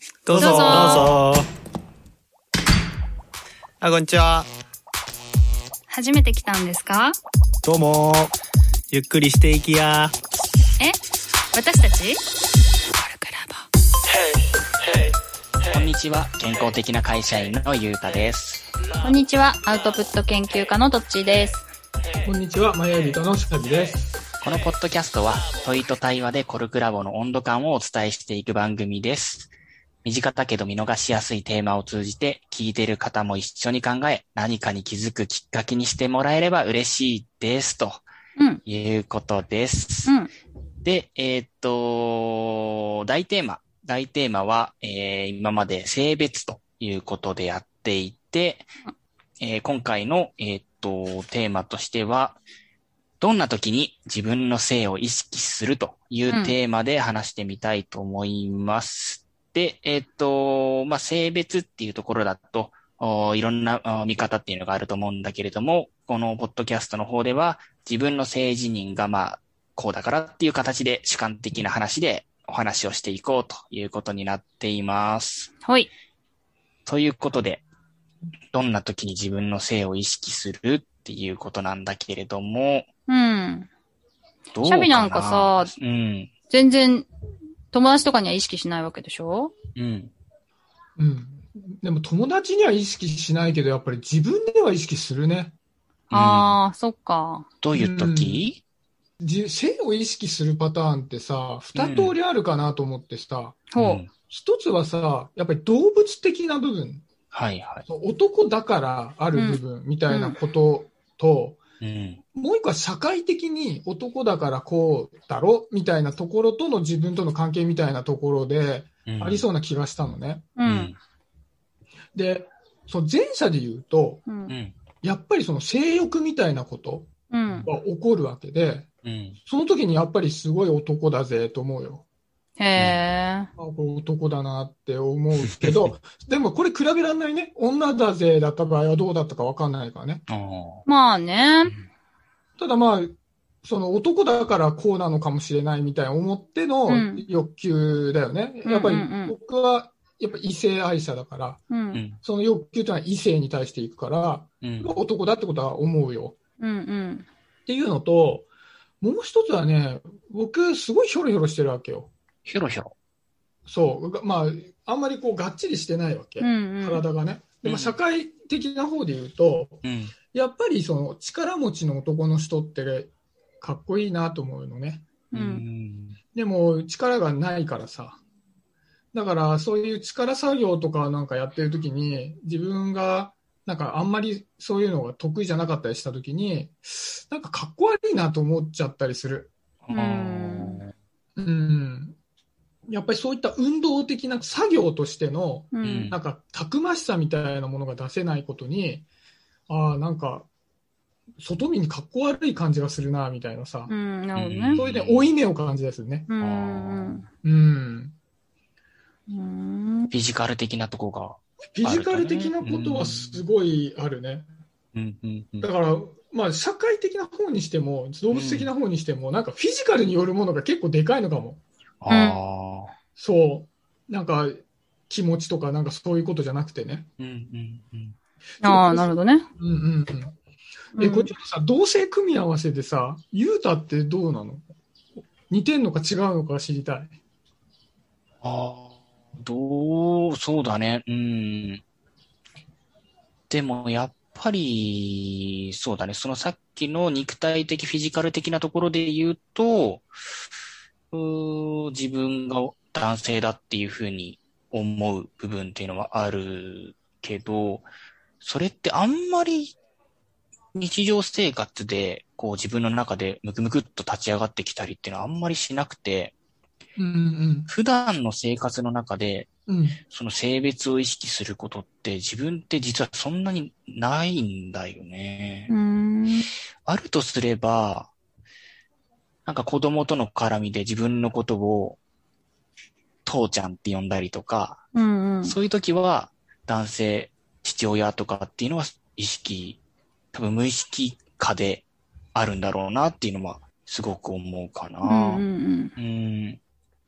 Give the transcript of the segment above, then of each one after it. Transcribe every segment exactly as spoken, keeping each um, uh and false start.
どうぞ。どうぞ。あ、こんにちは。 初めて来たんですか？ どうも。ゆっくりしていきや。 え？私たち？ こんにちは。健康的な会社員のゆうたです。 こんにちは。アウトプット研究家のどっちーです。 こんにちは。マヤリトのしかじです。 このポッドキャストは問いと対話でコルクラボの温度感をお伝えしていく番組です。身近だけど見逃しやすいテーマを通じて聞いている方も一緒に考え何かに気づくきっかけにしてもらえれば嬉しいですということです。 うん、 で、えー、っと、大テーマ。大テーマは、えー、今まで性別ということでやっていて、えー、今回の、えー、っと、テーマとしては、どんな時に自分の性を意識するというテーマで話してみたいと思います。うん、で、えー、っと、まあ、性別っていうところだと、いろんな見方っていうのがあると思うんだけれども、このポッドキャストの方では自分の性自認がまあ、こうだからっていう形で主観的な話でお話をしていこうということになっています。 はい。 ということで、どんな時に自分の性を意識するっていうことなんだけれども、 うん。 どうかな。 シャビなんかさ、 うん、 全然友達とかには意識しないわけでしょ？ うん。 うん。でも友達には意識しないけど、やっぱり自分では意識するね。 ああ、うん、そっか。 どういう時？ うん、性を意識するパターンってさ、二通りあるかなと思ってさ、 うん、 一つはさ、やっぱり動物的な部分。 はいはい。 男だからある部分みたいなことと、 うん、 もう一個は社会的に男だからこうだろみたいなところとの自分との関係みたいなところでありそうな気がしたのね。 うん、 で、その前者で言うと、 うん、 やっぱりその性欲みたいなことが起こるわけで、うん、その時にやっぱりすごい男だぜと思うよ。 へえ、 うん、あ、これ男だなって思うけど、でもこれ比べられないね。女だぜだった場合はどうだったかわかんないからね。 まあね。 ただまあ、その男だからこうなのかもしれないみたいな思っての欲求だよね。うん、やっぱり僕はやっぱ異性愛者だから、うん、その欲求というのは異性に対していくから、うん、男だってことは思うよ、 うんうん。 っていうのと、もう一つはね、僕すごいヒョロヒョロしてるわけよ。 ヒョロヒョロ。 そう。まあ、あんまりこうがっちりしてないわけ。うんうん、体がね。でも社会的な方で言うと、うん、やっぱりその力持ちの男の人ってかっこいいなと思うのね。 うん、 でも力がないからさ。だからそういう力作業とかなんかやってる時に自分がなんかあんまりそういうのが得意じゃなかったりした時になんかかっこ悪いなと思っちゃったりする。 うん。 うん。やっぱりそういった運動的な作業としての、うん、なんかたくましさみたいなものが出せないことに、ああ、なんか外見にかっこ悪い感じがするなみたいなさ、 うん、なるほどね。 そういうね負い目を感じですね。 うん、 うんうん、 フィジカル的なとこが、 ね、フィジカル的なことはすごいあるね。 うんうんうん、 だからまあ社会的な方にしても動物的な方にしても、うん、なんかフィジカルによるものが結構でかいのかも。 ああ、 そう。なんか、気持ちとか、なんかそういうことじゃなくてね。 うんうんうん。 ああ、なるほどね。 うんうんうん。え、これちょっとさ、同性組み合わせでさ、ユータってどうなの？似てんのか違うのか知りたい。 ああ、どう、そうだね。うん。でも、やっぱり、そうだね。そのさっきの肉体的、フィジカル的なところで言うと、う自分が男性だっていうふうに思う部分っていうのはあるけど、それってあんまり日常生活でこう自分の中でムクムクっと立ち上がってきたりっていうのはあんまりしなくて、 うんうん、 普段の生活の中で、 うん、 その性別を意識することって自分って実はそんなにないんだよね。 うーん、 あるとすれば、なんか子供との絡みで自分のことを父ちゃんって呼んだりとか、 うんうん、 そういう時は男性、父親とかっていうのは意識、多分無意識下であるんだろうなっていうのはすごく思うかな。 うんうんうん、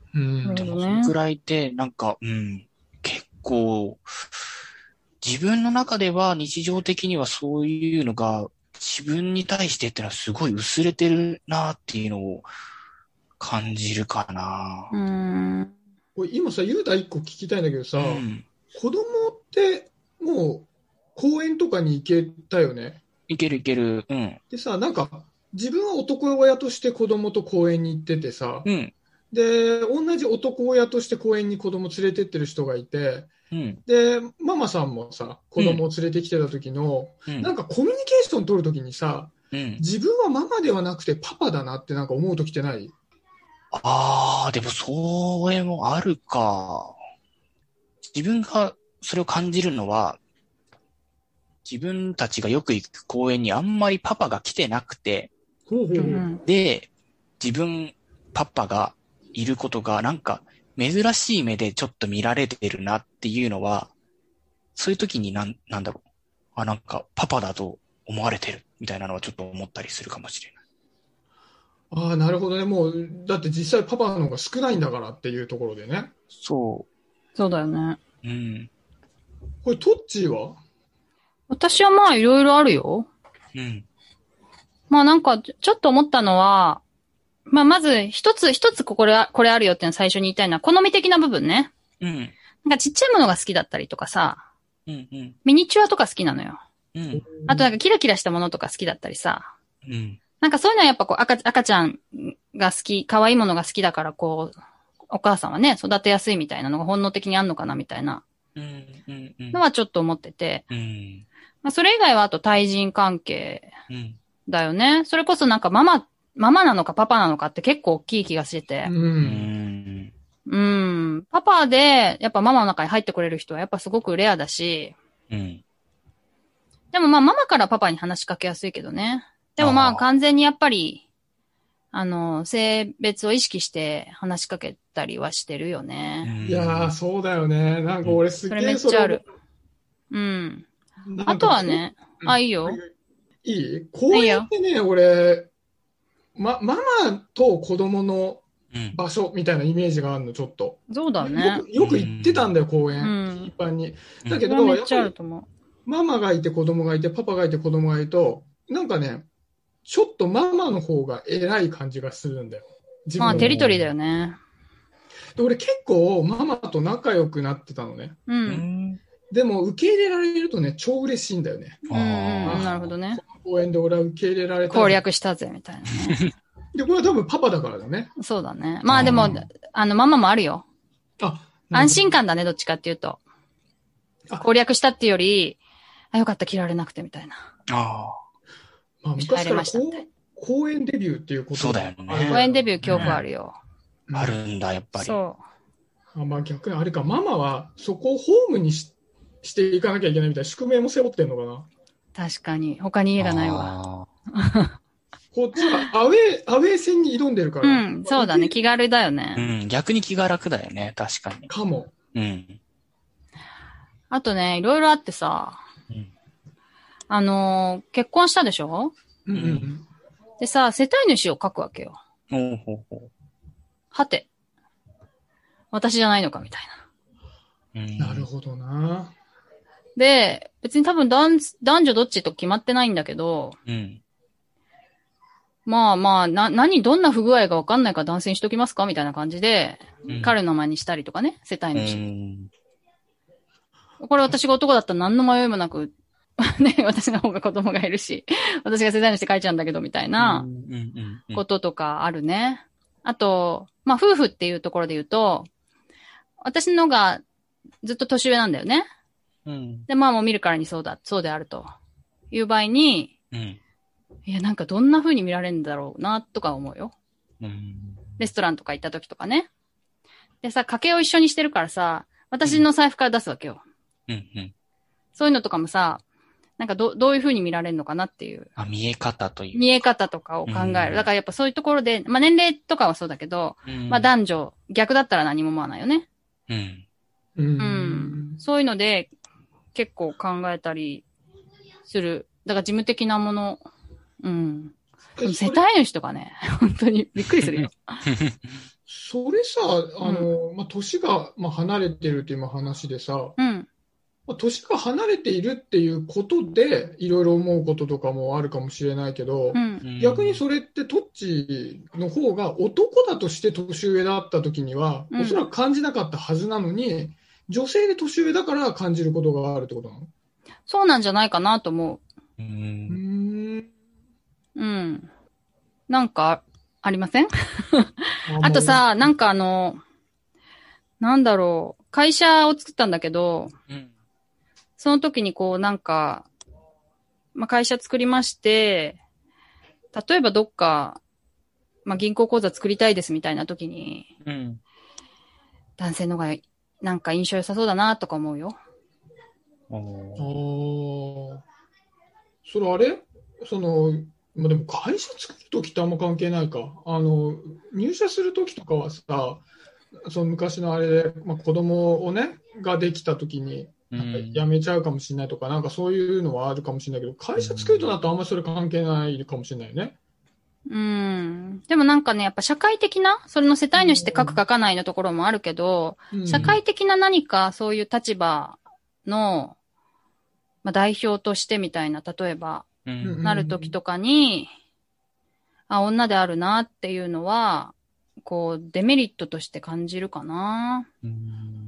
うん。 なるほどね。 くらいで、なんか、うん、結構、自分の中では日常的にはそういうのが自分に対してってのはすごい薄れてるなっていうのを感じるかな。 うん。 これ今さ、ゆうた一個聞きたいんだけどさ、 うん、 子供ってもう公園とかに行けたよね。 いけるいける。うん。 でさ、なんか自分は男親として子供と公園に行っててさ、 うん。 で、同じ男親として公園に子供連れてってる人がいて、 うん。 で、ママさんもさ、子供を連れてきてた時の、 うん、 なんかコミュニケーション取る時にさ、 うん、 自分はママではなくてパパだなってなんか思う時ってない？ ああ、でもそれもあるか。自分がそれを感じるのは、自分たちがよく行く公園にあんまりパパが来てなくて、 ほうほうほう。 で、自分、パパがいることがなんか珍しい目でちょっと見られてるなっていうのは、そういう時になん、なんだろう。あ、なんかパパだと思われてるみたいなのはちょっと思ったりするかもしれない。 ああ、なるほどね。もう、だって実際パパの方が少ないんだからっていうところでね。 そそうだよね。 う。うん。 これ、トッチーは？ 私はまあいろいろあるよ。 うん。 まあなんか、ちょっと思ったのは、まあまず一つ、一つこれ、これあるよっていうのは最初に言いたいのは、好み的な部分ね。 うん。 なんかちっちゃいものが好きだったりとかさ、 うんうん。 ミニチュアとか好きなのよ。 うん。 あとなんかキラキラしたものとか好きだったりさ。 うん。 なんかそういうのはやっぱこう赤、赤ちゃんが好き、可愛いものが好きだからこう、お母さんはね、育てやすいみたいなのが本能的にあんのかなみたいなうんうんうん。 のはちょっと思ってて。 うん。 まあそれ以外はあと対人関係うん。 だよね。それこそなんかママ、ママなのかパパなのかって結構大きい気がしてて。 う。 うんん。 うん。パパで、やっぱママの中に入ってくれる人はやっぱすごくレアだし、 うん。 でもまあママからパパに話しかけやすいけどね。でもまあ完全にやっぱり、あの、性別を意識して話しかけたりはしてるよね。 いやー、そうだよね。なんか俺すそれめげえっちゃある。うん。あとはね、あ、いいよ。 いい？公園ってね、俺、ま、ママと子供の場所みたいなイメージがあるの、ちょっと。 そうだね。 よく、よく行ってたんだよ、公園。 うん。 一般に。だけど、 めっちゃあると思う。 ママがいて子供がいて、パパがいて子供がいると、なんかね、ちょっとママの方が偉い感じがするんだよ。 まあ、テリトリーだよね。 で、俺結構ママと仲良くなってたのね。 うん。 でも、受け入れられるとね、超嬉しいんだよね。 うん、なるほどね。 公園で俺は受け入れられた。 攻略したぜ、みたいなね。 で、これは多分パパだからだね。 そうだね。まあでも、あの、ママもあるよ。 あ、 安心感だね、どっちかっていうと。攻略したっていうより、あ、よかった、嫌われなくて、みたいな。 ああ。 まあ、昔から公園デビューっていうことそうだよね。 公園デビュー恐怖あるよ。 あるんだ、やっぱり。 そう。 あ、まあ逆にあれか、ママはそこをホームにし、していかなきゃいけないみたいな宿命も背負ってんのかな。 確かに。他に家がないわ。 こっちはアウェー、アウェー戦に挑んでるから。 うん、そうだね。気軽だよね。 うん、逆に気が楽だよね。確かに。 かも。 うん。 あとね、いろいろあってさ、うん、あのー、結婚したでしょ？ うん、うん。 でさ、世帯主を書くわけよ。 ほうほうほう。 はて。私じゃないのかみたいな。うん、なるほどな。 で、別に多分男、男女どっちと決まってないんだけど、 うん。 まあまあ、な、何、どんな不具合がわかんないか男性にしときますかみたいな感じで、うん、彼の名前にしたりとかね、世帯主。うん、これ私が男だったら何の迷いもなく、ね、私の方が子供がいるし、私が世帯主って書いちゃうんだけど、みたいなこととかあるね。あと、まあ夫婦っていうところで言うと、私のがずっと年上なんだよね。うん、で、まあもう見るからにそうだ、そうであるという場合に、うん、いや、なんかどんな風に見られるんだろうな、とか思うよ。うん、レストランとか行った時とかね。でさ、家計を一緒にしてるからさ、私の財布から出すわけよ。うんうん、そういうのとかもさ、なんかど、どういう風に見られるのかなっていう。 あ、見え方という。 見え方とかを考える。うん、だからやっぱそういうところで、まあ年齢とかはそうだけど、うん、まあ男女、逆だったら何も思わないよね。うん。うん。うん、そういうので、結構考えたりする。だから事務的なもの、うん。世帯主とかね、本当にびっくりするよ。 それさ、あの、うん、まあ、年が、まあ、離れてるっていう話でさ、 うん。 まあ、年が離れているっていうことで、いろいろ思うこととかもあるかもしれないけど、 うん、 逆にそれってトッチの方が男だとして年上だった時には、うん、おそらく感じなかったはずなのに、女性で年上だから感じることがあるってことなの？ そうなんじゃないかなと思う。 うーん。 うん。なんか、ありません？あとさ、なんかあの、なんだろう、会社を作ったんだけど、うん、その時にこうなんか、まあ、会社作りまして、例えばどっか、まあ、銀行口座作りたいですみたいな時に、うん、男性の方がなんか印象良さそうだなとか思うよ。 ああ。それあれその、まあ、でも会社作るときってあんま関係ないか。あの、入社するときとかはさ、その昔のあれで、まあ、子供をね、ができたときに、なんか辞めちゃうかもしれないとか、うん、なんかそういうのはあるかもしれないけど、会社作るとなるとあんまりそれ関係ないかもしれないよね。 うん。でもなんかね、やっぱ社会的な、それの世帯主って書く書かないのところもあるけど、うん、社会的な何かそういう立場の、まあ、代表としてみたいな、例えば、うん、なるときとかに、あ、女であるなっていうのは、こう、デメリットとして感じるかな。うん、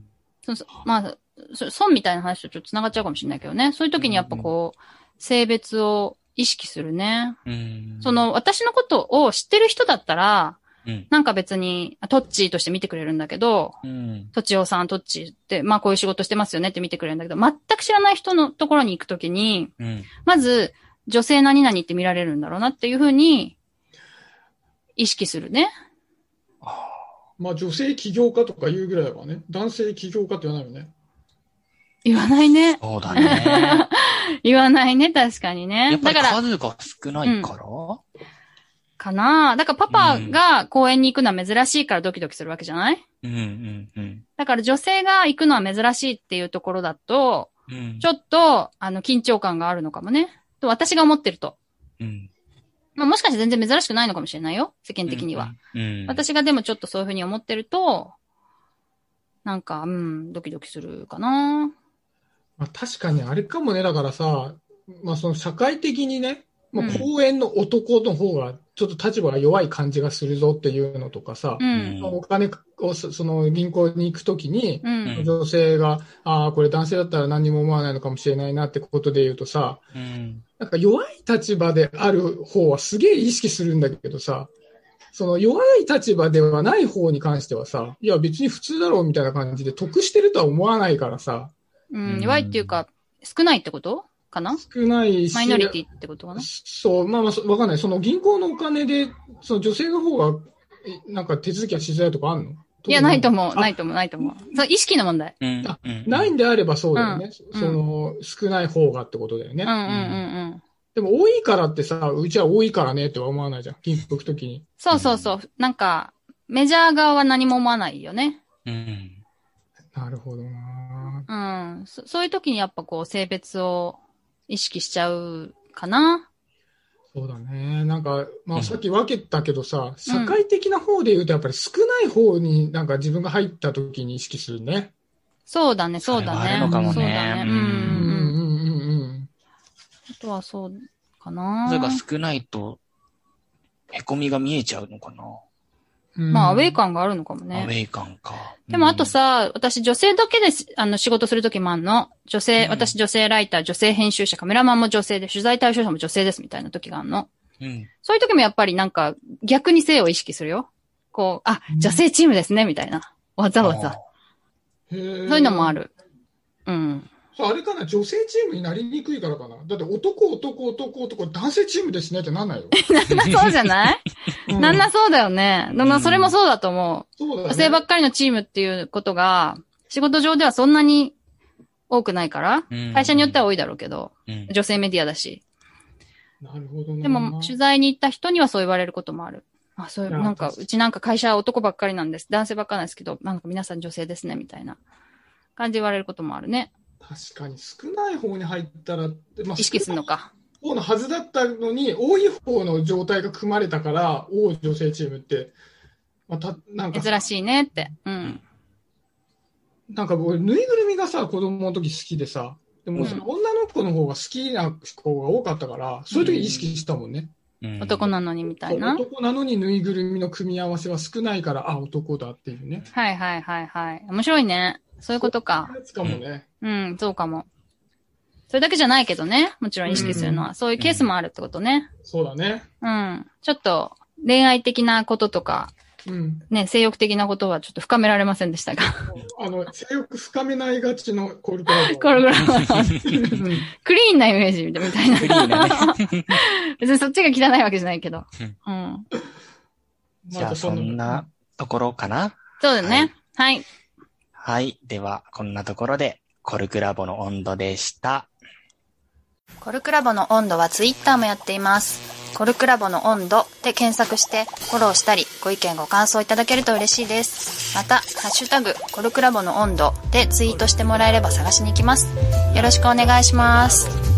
そうそう、まあ、損みたいな話とちょっと繋がっちゃうかもしれないけどね。そういう時にやっぱこう、性別を意識するね。うん、その、私のことを知ってる人だったら、うん、なんか別に、トッチーとして見てくれるんだけど、うん、トチオさん、トッチーって、まあこういう仕事してますよねって見てくれるんだけど、全く知らない人のところに行くときに、うん、まず、女性何々って見られるんだろうなっていうふうに、意識するね。 まあ女性起業家とか言うぐらいはね、男性起業家って言わないよね。 言わないね。 そうだね。 言わないね、確かにね。 やっぱり数が少ないから、うん、 かな。だからパパが公園に行くのは珍しいからドキドキするわけじゃない？ うんうんうん。 だから女性が行くのは珍しいっていうところだと、うん、ちょっと、あの、緊張感があるのかもね。と私が思ってると。うん。まあもしかして全然珍しくないのかもしれないよ。世間的には。うんうんうん、私がでもちょっとそういうふうに思ってると、なんか、うん、ドキドキするかな。 まあ、確かにあれかもね。だからさ、まあその社会的にね、まあ、公園の男の方がちょっと立場が弱い感じがするぞっていうのとかさ、うん、お金をその銀行に行くときに、うん、女性が、ああ、これ男性だったら何も思わないのかもしれないなってことで言うとさ、うん、なんか弱い立場である方はすげえ意識するんだけどさ、その弱い立場ではない方に関してはさ、いや別に普通だろうみたいな感じで得してるとは思わないからさ。 うん、弱いっていうか、少ないってことかな？ 少ないし。 マイノリティってことかな？ そう、まあまあ、わかんない。その銀行のお金で、その女性の方が、なんか手続きはしづらいとかあんの？ いや、ないと思う。ないと思う。ないと思う。そう、意識の問題。 うん、あ、ないんであればそうだよね。うん、その、少ない方がってことだよね。 うんうんうんうん。 でも多いからってさ、うちは多いからねっては思わないじゃん。銀行行くときに。 そうそうそう。なんか、メジャー側は何も思わないよね。 うん。 なるほどな。 うんそ。そういう時にやっぱこう性別を意識しちゃうかな。 そうだね。なんか、まあさっき分けたけどさ、うん、社会的な方で言うとやっぱり少ない方になんか自分が入った時に意識するね。 そうだね、そうだね。 あるのかもね。 そうだね。うん。うんうんうんうん。 あとはそうかな。 それが少ないと、へこみが見えちゃうのかな。 まあ、アウェイ感があるのかもね。 アウェイ感か。 でも、あとさ、私、女性だけで、あの、仕事するときもあんの。女性、うん、私、女性ライター、女性編集者、カメラマンも女性で、取材対象者も女性です、みたいな時があんの。うん。そういう時もやっぱりなんか、逆に性を意識するよ。こう、あ、女性チームですね、みたいな。わざわざ。そういうのもある。うん。 あれかな、女性チームになりにくいからかな。だって男、男、男、男、男性チームですねってなんないよ。 なんなそうじゃない、うん、なんなそうだよね。でもそれもそうだと思う。そうだね、女性ばっかりのチームっていうことが、仕事上ではそんなに多くないから、うん、会社によっては多いだろうけど、うん、女性メディアだし。 なるほどね。 でも、取材に行った人にはそう言われることもある。あ、そういう、なんか、うちなんか会社は男ばっかりなんです。男性ばっかりなんですけど、なんか皆さん女性ですね、みたいな感じで言われることもあるね。 確かに少ない方に入ったら、 まあ、意識するのか。 方のはずだったのに、多い方の状態が組まれたから、多い女性チームって、 また、なんか。 珍しいねって。うん。 なんか僕、ぬいぐるみがさ、子供の時好きでさ、でもその女の子の方が好きな子が多かったから、うん、そういう時意識したもんね。 うん、男なのにみたいな。 男なのにぬいぐるみの組み合わせは少ないから、あ、男だっていうね。 はいはいはいはい。面白いね。そういうことか。 そういうやつかもね。 うん、そうかも。それだけじゃないけどね。もちろん意識するのは。うん、そういうケースもあるってことね。 そうだね。 うん。ちょっと、恋愛的なこととか、うん、ね、性欲的なことはちょっと深められませんでしたが。 あの、性欲深めないがちのコルクラボ。 コルクラボ。クリーンなイメージみたいな。クリーンなね。別にそっちが汚いわけじゃないけど。うん。 じゃあ、そんなところかな？ そうだね。はい。はい。 はい。では、こんなところで、コルクラボの温度でした。 コルクラボの温度はツイッターもやっています。コルクラボの温度で検索してフォローしたりご意見ご感想いただけると嬉しいです。また、ハッシュタグコルクラボの温度でツイートしてもらえれば探しに行きます。よろしくお願いします。